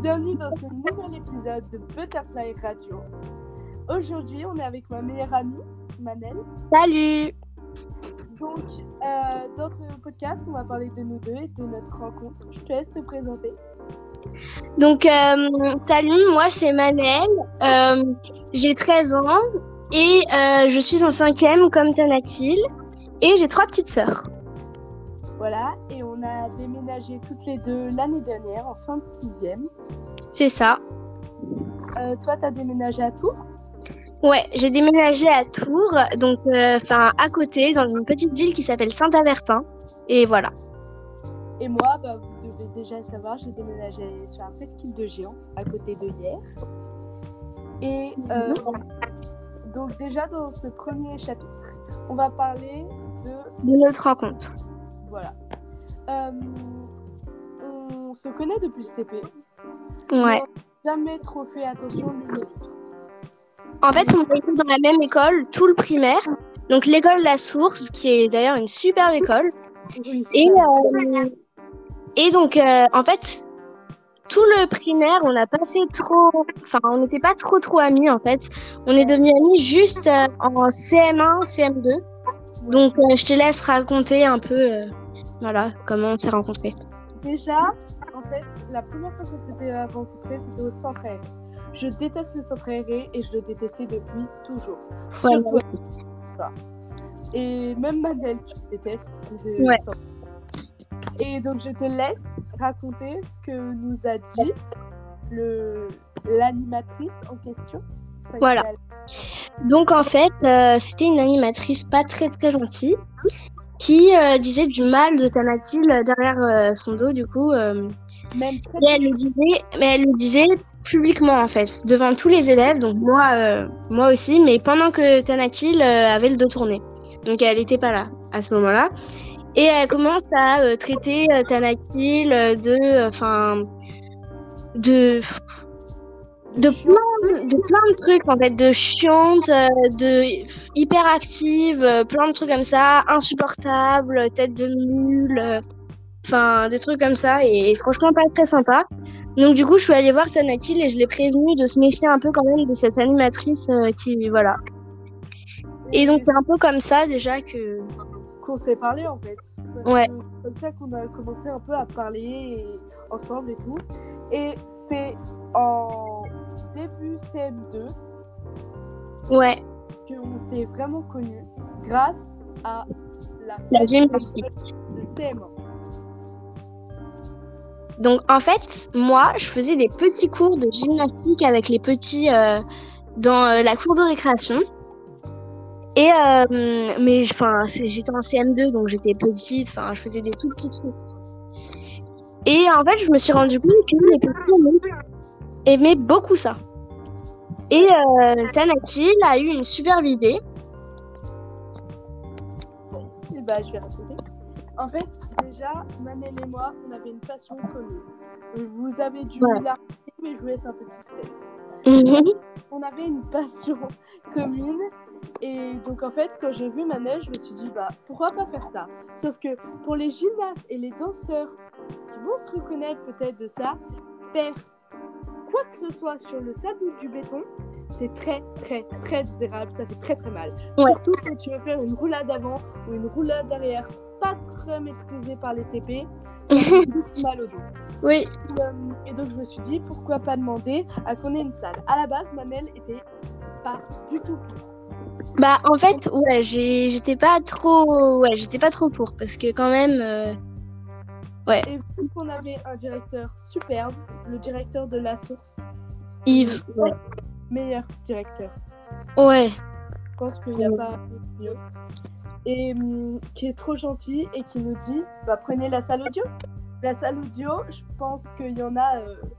Bienvenue dans ce nouvel épisode de Butterfly Radio. Aujourd'hui, on est avec ma meilleure amie, Manel. Salut! Donc, dans ce podcast, on va parler de nous deux et de notre rencontre. Je te laisse te présenter. Donc, salut, moi c'est Manel, j'ai 13 ans et je suis en 5e comme Tanatil et j'ai 3 petites sœurs. Voilà, et on a déménagé toutes les deux l'année dernière, en fin de 6e. C'est ça. Toi, tu as déménagé à Tours? Ouais, j'ai déménagé à Tours, donc à côté, dans une petite ville qui s'appelle Saint-Avertin. Et voilà. Et moi, vous devez déjà le savoir, j'ai déménagé sur la presqu'île de Géant, à côté de Hyères. Et donc déjà, dans ce premier chapitre, on va parler de notre rencontre. Voilà. On se connaît depuis le CP. Ouais. On n'a jamais trop fait attention l'une à l'autre. En fait, on a été dans la même école, tout le primaire. Donc l'école La Source, qui est d'ailleurs une superbe école. Oui. Et donc, en fait, tout le primaire, on n'a pas fait trop... Enfin, on n'était pas trop amis, en fait. On est devenus amis juste en CM1, CM2. Donc, je te laisse raconter un peu, comment on s'est rencontrés. Déjà, en fait, la première fois qu'on s'était rencontrés, c'était au centre aéré. Je déteste le centre aéré et je le détestais depuis toujours. Ouais, surtout. Ouais. Et même Manel, tu le détestes. Ouais. Et donc, je te laisse raconter ce que nous a dit l'animatrice en question. Voilà. Donc, en fait, c'était une animatrice pas très gentille qui disait du mal de Tanatil derrière son dos, du coup. Même très et elle le disait publiquement, en fait, devant tous les élèves, donc moi aussi, mais pendant que Tanatil avait le dos tourné. Donc, elle n'était pas là à ce moment-là. Et elle commence à traiter Tanatil de plein de trucs, en fait, de chiante, de hyperactive, plein de trucs comme ça, insupportable, tête de mule, des trucs comme ça, et franchement pas très sympa. Donc du coup, je suis allée voir Tanatil et je l'ai prévenue de se méfier un peu quand même de cette animatrice voilà. Et donc c'est un peu comme ça déjà qu'on s'est parlé en fait. Ouais. C'est comme ça qu'on a commencé un peu à parler ensemble et tout. Et c'est en début CM2 qu'on s'est vraiment connus grâce à la gymnastique de CM1. Donc en fait, moi, je faisais des petits cours de gymnastique avec les petits dans la cour de récréation. Et mais j'étais en CM2, donc j'étais petite, je faisais des tout petits trucs. Et en fait, je me suis rendu compte que les petits aimaient beaucoup ça. Et Tanatil a eu une superbe idée. Et je vais raconter. En fait, déjà, Manel et moi, on avait une passion commune. Vous avez dû la remarquer, mais je vous laisse un petit suspense. On avait une passion commune. Et donc, en fait, quand j'ai vu Manel, je me suis dit, pourquoi pas faire ça? Sauf que pour les gymnastes et les danseurs qui vont se reconnaître peut-être de ça, faire quoi que ce soit sur le sable du béton, c'est très désirable, ça fait très mal. Ouais. Surtout quand tu veux faire une roulade avant ou une roulade arrière pas très maîtrisée par les CP, ça fait beaucoup mal au dos. Oui. Et donc je me suis dit, pourquoi pas demander à qu'on ait une salle. À la base, Manel était pas du tout pour. En fait, j'étais pas trop pour, parce que quand même, Et vu qu'on avait un directeur superbe, le directeur de La Source, Yves, meilleur directeur. Ouais. Je pense qu'il n'y a pas mieux. Et qui est trop gentil et qui nous dit, prenez la salle audio. La salle audio, je pense qu'il y en a,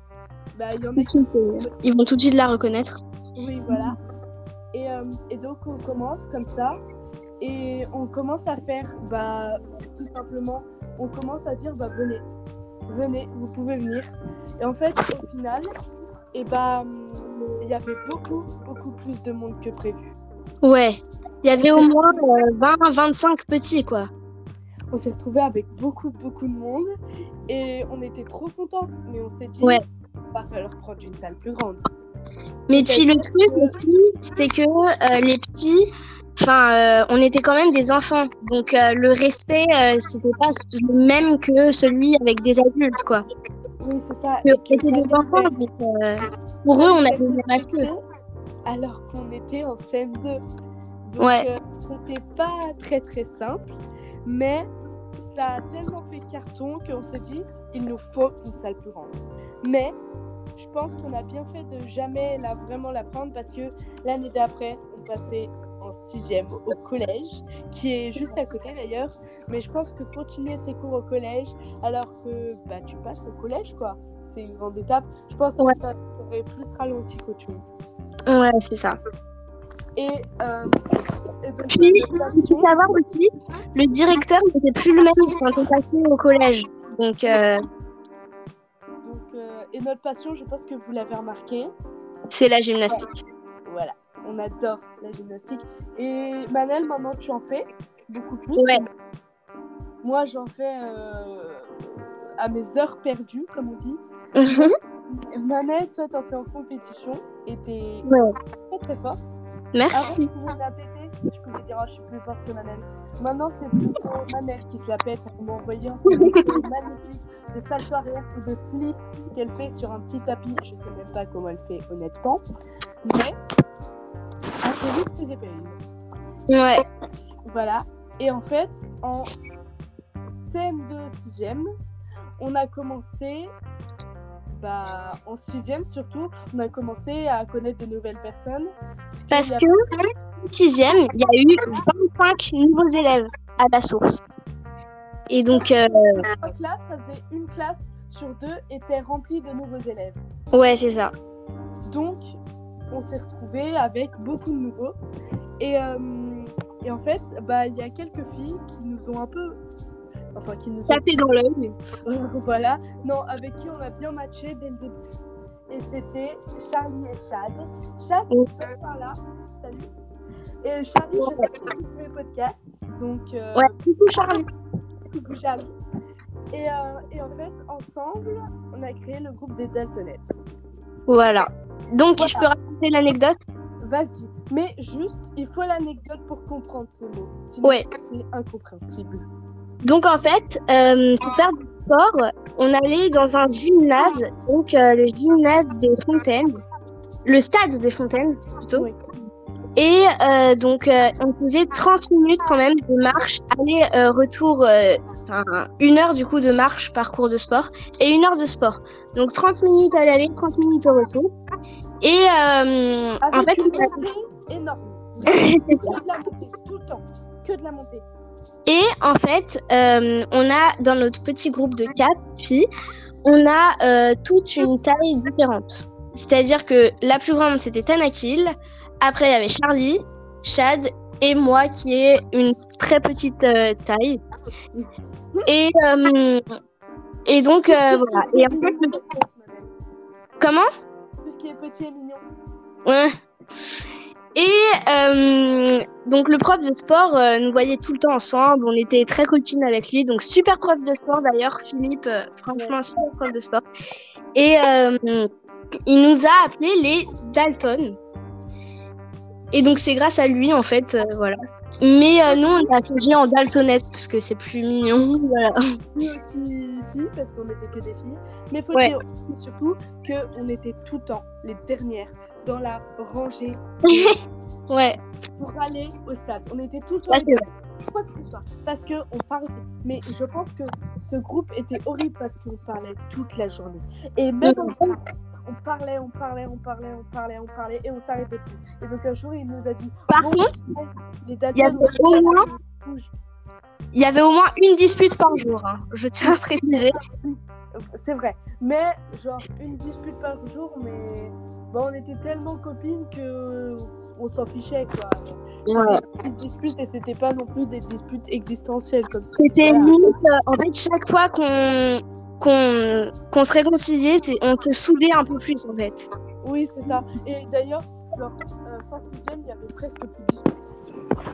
ils vont tout de suite la reconnaître. Oui, voilà. Et donc on commence comme ça et on commence à faire tout simplement on commence à dire venez, vous pouvez venir. Et en fait au final il y avait beaucoup plus de monde que prévu. Ouais, il y avait au moins 20-25 petits quoi. On s'est retrouvés avec beaucoup de monde et on était trop contentes, mais on s'est dit va falloir prendre une salle plus grande. Mais puis le truc aussi, c'est que les petits, on était quand même des enfants. Donc le respect, c'était pas le même que celui avec des adultes, quoi. Oui, c'est ça. C'était des enfants, donc pour eux, on avait des respect. Alors qu'on était en CM2. Donc, ouais. C'était pas très très simple, mais ça a tellement fait carton qu'on s'est dit, il nous faut une salle plus grande. Mais je pense qu'on a bien fait de jamais vraiment la prendre parce que l'année d'après, on passait en 6e au collège, qui est juste à côté d'ailleurs. Mais je pense que continuer ses cours au collège, alors que tu passes au collège, quoi, c'est une grande étape. Je pense que ça aurait plus ralenti qu'autre chose. Ouais, c'est ça. Et donc, puis, il faut savoir aussi, le directeur n'était plus le même quand on passait au collège. Donc, et notre passion, je pense que vous l'avez remarqué, c'est la gymnastique. Voilà, on adore la gymnastique. Et Manel, maintenant tu en fais beaucoup plus. Ouais. Moi, j'en fais à mes heures perdues, comme on dit. Manel, toi, t'en fais en compétition et t'es très très forte. Merci. Avant, je pouvais la péter, je pouvais dire je suis plus forte que Manel. Maintenant, c'est plutôt Manel qui se la pète. On m'a envoyé un magnifique de salto arrière ou de flip qu'elle fait sur un petit tapis. Je sais même pas comment elle fait, honnêtement. Mais à tes risques et périls. Ouais. Voilà. Et en fait, en CM2 6e, on a commencé... en 6e surtout, on a commencé à connaître de nouvelles personnes. Parce que en 6e, il y a eu 25 nouveaux élèves à la source. Et donc... classe, ça faisait une classe sur 2 était remplie de nouveaux élèves. Ouais, c'est ça. Donc, on s'est retrouvés avec beaucoup de nouveaux. Et en fait, il y a quelques filles qui nous ont un peu... qui nous tapé dans l'œil. Voilà. Non, avec qui on a bien matché dès le début. Et c'était Charlie et Chad. Chad, tu passes par là. Salut. Et Charlie, je sais que tu mes podcasts. Donc, ouais, coucou Charlie. Coucou Charlie. Et en fait, ensemble, on a créé le groupe des Daltonettes. Voilà. Donc, je peux raconter l'anecdote ? Vas-y. Mais juste, il faut l'anecdote pour comprendre ce mot. Sinon, c'est incompréhensible. Donc en fait, pour faire du sport, on allait dans un gymnase, donc le gymnase des Fontaines, le stade des Fontaines plutôt. Oui. Et donc on faisait 30 minutes quand même de marche, aller-retour, 1 heure du coup de marche par cours de sport et 1 heure de sport. Donc 30 minutes à l'aller, 30 minutes au retour. Et en fait, une montée énorme. Que de la montée, tout le temps, que de la montée. Et en fait, on a dans notre petit groupe de 4 filles, on a toute une taille différente. C'est-à-dire que la plus grande, c'était Tanakil. Après, il y avait Charlie, Chad et moi qui est une très petite taille. Et donc, voilà. Et en fait, comment ? Tout ce qui est petit et mignon. Ouais. Et donc le prof de sport nous voyait tout le temps ensemble, on était très copines avec lui, donc super prof de sport d'ailleurs, Philippe, franchement super prof de sport. Et il nous a appelés les Dalton. Et donc c'est grâce à lui en fait, voilà. Mais nous on a changé en Daltonette parce que c'est plus mignon, voilà. Nous aussi filles parce qu'on était que des filles, mais il faut dire surtout qu'on était tout le temps les dernières dans la rangée. Ouais. Pour aller au stade. On était tout le temps quoi que ce soit. Parce qu'on parlait. Mais je pense que ce groupe était horrible parce qu'on parlait toute la journée. Et même en classe, on parlait et on s'arrêtait plus. Et donc un jour, il nous a dit... Par contre, il y avait au moins une dispute par jour. Hein. Je tiens à préciser. C'est vrai. Mais genre une dispute par jour, mais... Bon, on était tellement copines que on s'en fichait, quoi. Ouais. C'était des disputes et c'était pas non plus des disputes existentielles comme ça. C'était limite, en fait, chaque fois qu'on se réconciliait, on se soudait un peu plus, en fait. Oui, c'est ça. Et d'ailleurs, genre, fin 6e, il y avait presque plus de disputes.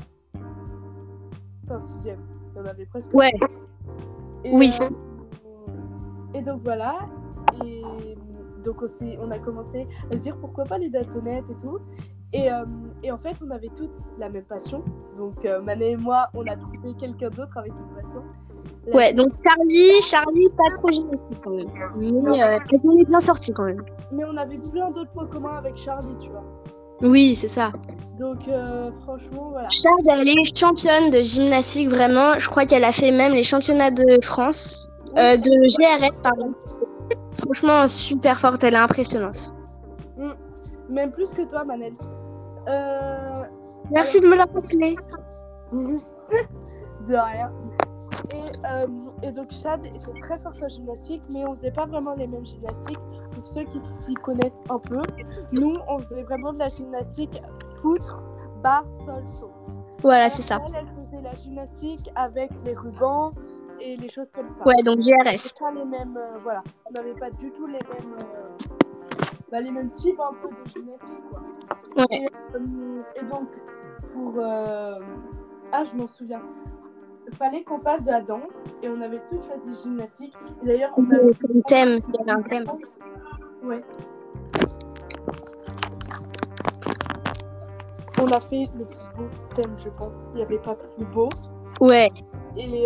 Fin 6e, il y en avait presque plus. Et, oui. Et donc, voilà. Et donc on a commencé à se dire pourquoi pas les daltonettes et tout. Et en fait, on avait toutes la même passion. Donc, Manet et moi, on a trouvé quelqu'un d'autre avec une passion. Ouais, donc Charlie, pas trop gymnastique quand même. Mais on est bien sortis quand même. Mais on avait plein d'autres points communs avec Charlie, tu vois. Oui, c'est ça. Donc, franchement, voilà. Charlie, elle est championne de gymnastique, vraiment. Je crois qu'elle a fait même les championnats de France, de GRF, pardon. Franchement, super forte, elle est impressionnante. Même plus que toi, Manel. Merci de me la rappeler. De rien. Et donc, Chad était très forte en gymnastique, mais on faisait pas vraiment les mêmes gymnastiques. Pour ceux qui s'y connaissent un peu, nous, on faisait vraiment de la gymnastique poutre, barre, sol, saut. Voilà, c'est ça. Elle faisait la gymnastique avec les rubans et les choses comme ça. Ouais, donc GRF. C'est pas les mêmes, voilà. On n'avait pas du tout les mêmes types un peu de gymnastique, quoi. Ouais. Et donc, pour... je m'en souviens. Il fallait qu'on fasse de la danse et on avait tous choisi gymnastique. Et d'ailleurs, on avait un thème. Il y avait un thème. Ouais. On a fait le plus beau thème, je pense. Il n'y avait pas plus beau. Ouais. Et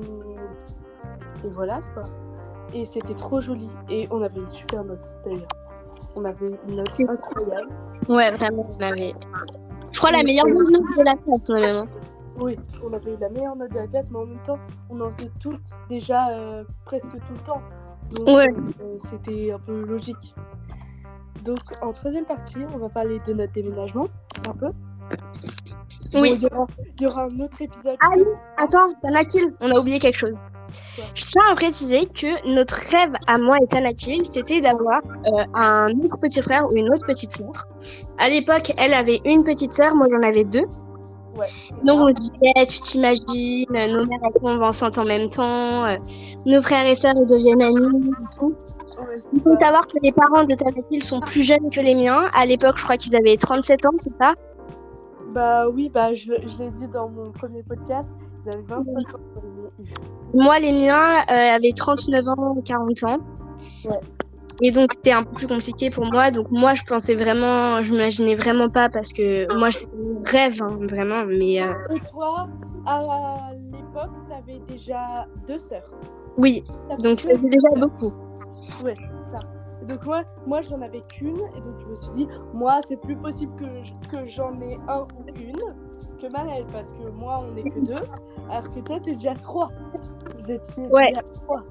voilà, quoi. Et c'était trop joli. Et on avait une super note, d'ailleurs. On avait une note incroyable. Ouais, vraiment, on avait... Je crois la meilleure note de la classe, même. Oui, on avait eu la meilleure note de la classe, mais en même temps, on en faisait toutes déjà presque tout le temps. Donc, c'était un peu logique. Donc, en troisième partie, on va parler de notre déménagement, un peu. Oui. Bon, il y aura un autre épisode. Ah oui, attends, Tanakil, on a oublié quelque chose. Ouais. Je tiens à préciser que notre rêve à moi et Tanakil, c'était d'avoir un autre petit frère ou une autre petite sœur. À l'époque, elle avait une petite sœur, moi j'en avais deux. Ouais, donc on disait, tu t'imagines, nos mères elles tombent enceintes en même temps, nos frères et sœurs ils deviennent amis et tout. Ouais, il faut savoir que les parents de Tanakil sont plus jeunes que les miens. À l'époque, je crois qu'ils avaient 37 ans, c'est ça? Bah oui, je l'ai dit dans mon premier podcast, ils avaient 25 ans. Moi, les miens avaient 39 ans, 40 ans. Ouais. Et donc, c'était un peu plus compliqué pour moi. Donc, moi, je m'imaginais vraiment pas parce que moi, c'était mon rêve, hein, vraiment. Mais, Et toi, à l'époque, t'avais déjà 2 sœurs. Oui, donc ça faisait déjà beaucoup. Ouais, c'est ça. Et donc, moi, j'en avais qu'une. Et donc, je me suis dit, moi, c'est plus possible que j'en ai un ou une que Manel. Parce que moi, on n'est que 2. Alors que toi, t'es déjà 3. Vous étiez déjà 3.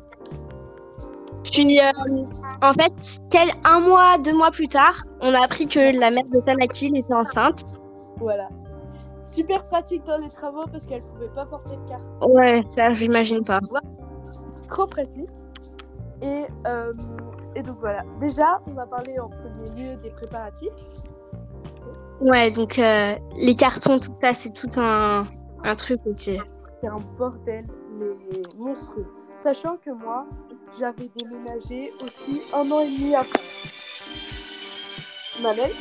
Puis, en fait, 1 mois, 2 mois plus tard, on a appris que la mère de Tanakil était enceinte. Voilà. Super pratique dans les travaux parce qu'elle pouvait pas porter de carte. Ouais, ça, j'imagine pas. Trop pratique. Et donc voilà. Déjà, on va parler en premier lieu des préparatifs. Ouais, donc les cartons, tout ça, c'est tout un truc aussi. C'est un bordel, mais monstrueux. Sachant que moi, j'avais déménagé aussi 1 an et demi après. Manel.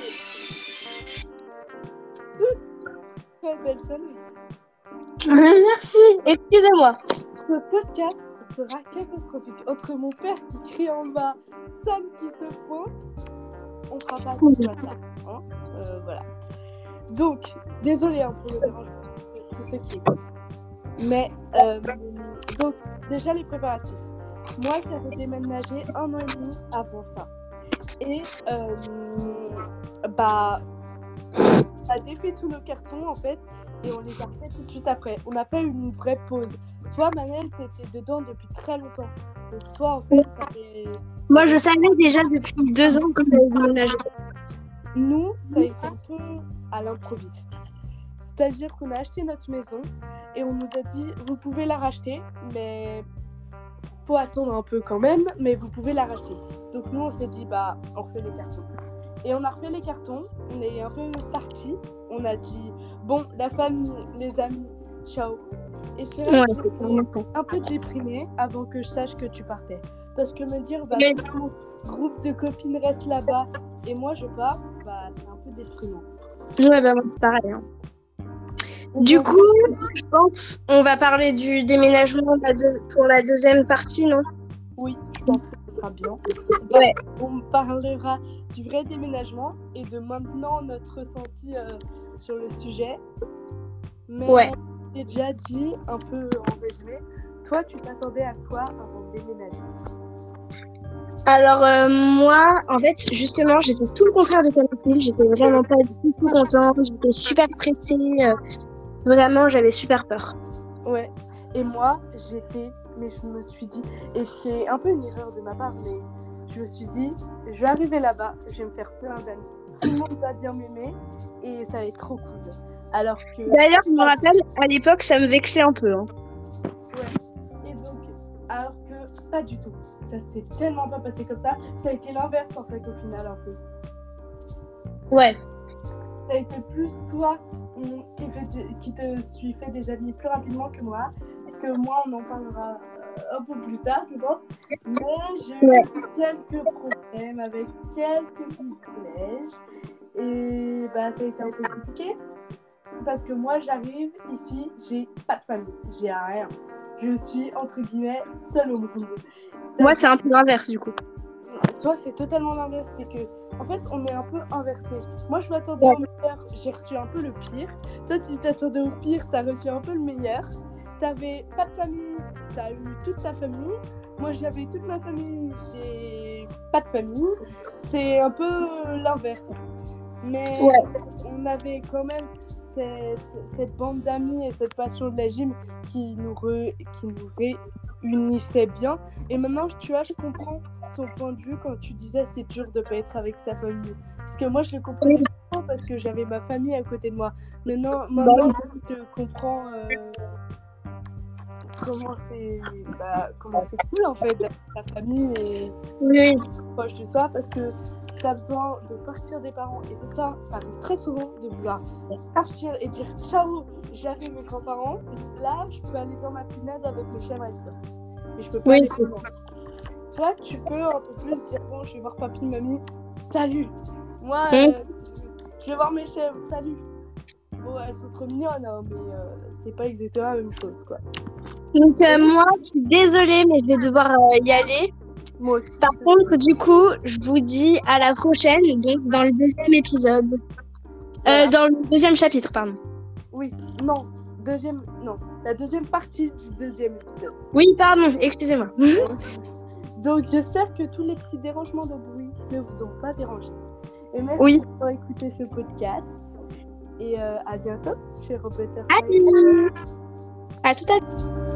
Très belle sonnerie. Merci, excusez-moi. Ce podcast sera catastrophique. Entre mon père qui crie en bas, Sam qui se pointe, on fera pas de ça. Hein, voilà. Donc, désolé pour le dérangement pour ceux qui écoutent. Mais, donc, déjà les préparatifs. Moi, j'avais déménagé 1 an et demi avant ça. Et, on a défait tous nos cartons, en fait, et on les a fait tout de suite après. On n'a pas eu une vraie pause. Toi, Manel, t'étais dedans depuis très longtemps. Donc, toi, en fait, ça fait... Moi, je savais déjà depuis 2 ans que j'avais déménagé. Nous, ça a été un peu à l'improviste. C'est-à-dire qu'on a acheté notre maison et on nous a dit, vous pouvez la racheter, mais faut attendre un peu quand même, mais vous pouvez la racheter. Donc nous, on s'est dit, on refait les cartons. Et on a refait les cartons, on est un peu partis, on a dit, bon, la famille, les amis, ciao. Et c'est vrai que j'étais un peu déprimée avant que je sache que tu partais. Parce que me dire, tout groupe de copines reste là-bas et moi je pars, c'est un peu déprimant. Ouais, moi c'est pareil. Hein. Du coup, je pense on va parler du déménagement pour la deuxième partie, non? Oui, je pense que ce sera bien. Ouais. On parlera du vrai déménagement et de maintenant notre ressenti sur le sujet. Mais Ouais. j'ai déjà dit un peu en résumé. Toi, tu t'attendais à quoi avant de déménager? Alors moi, en fait, justement, j'étais tout le contraire de ta copine. J'étais vraiment pas du tout contente. J'étais super stressée. Vraiment, j'avais super peur. Ouais. Et moi, mais je me suis dit, et c'est un peu une erreur de ma part, mais je me suis dit, je vais arriver là-bas, je vais me faire plein d'amis. Tout le monde va bien m'aimer et ça va être trop cool. Alors que... D'ailleurs, je me rappelle, à l'époque, ça me vexait un peu. Hein. Ouais. Et donc, alors que pas du tout. Ça s'est tellement pas passé comme ça. Ça a été l'inverse en fait au final un peu. Ouais. Ça a été plus toi qui te suis fait des amis plus rapidement que moi. Parce que moi, on en parlera un peu plus tard, je pense. Mais j'ai eu quelques problèmes avec quelques privilèges. Et bah, ça a été un peu compliqué. Parce que moi, j'arrive ici, j'ai pas de famille. J'ai rien. Je suis, entre guillemets, seule au monde. Moi, c'est un peu l'inverse, du coup. Toi, c'est totalement l'inverse. C'est que, en fait, on est un peu inversé. Moi, je m'attendais au meilleur. J'ai reçu un peu le pire. Toi, tu t'attendais au pire. T'as reçu un peu le meilleur. T'avais pas de famille. T'as eu toute ta famille. Moi, j'avais toute ma famille. J'ai pas de famille. C'est un peu l'inverse. Mais on avait quand même cette bande d'amis et cette passion de la gym qui nous réunissait bien. Et maintenant, tu vois, je comprends ton point de vue quand tu disais c'est dur de pas être avec sa famille. Parce que moi, je le comprenais pas parce que j'avais ma famille à côté de moi. Maintenant je comprends comment c'est cool en fait d'être avec ta famille et proche de soi parce que tu as besoin de partir des parents et ça arrive très souvent de vouloir partir et dire ciao, j'avais mes grands-parents. Là, je peux aller dans ma pinade avec mes chèvres avec toi. Mais je peux pas aller plus loin. Toi, tu peux un peu plus dire bon, je vais voir papy, mamie, salut. Moi, je vais voir mes chèvres, salut. Bon, elles sont trop mignonnes, hein, mais c'est pas exactement la même chose, quoi. Donc moi, je suis désolée, mais je vais devoir y aller. Moi aussi. Par contre, du coup, je vous dis à la prochaine, donc dans le deuxième épisode. Voilà. Dans le deuxième chapitre, pardon. Oui, la deuxième partie du deuxième épisode. Oui, pardon, excusez-moi. Donc, j'espère que tous les petits dérangements de bruit ne vous ont pas dérangé. Et merci pour écouter ce podcast. Et à bientôt chez Roboter. À tout à l'heure.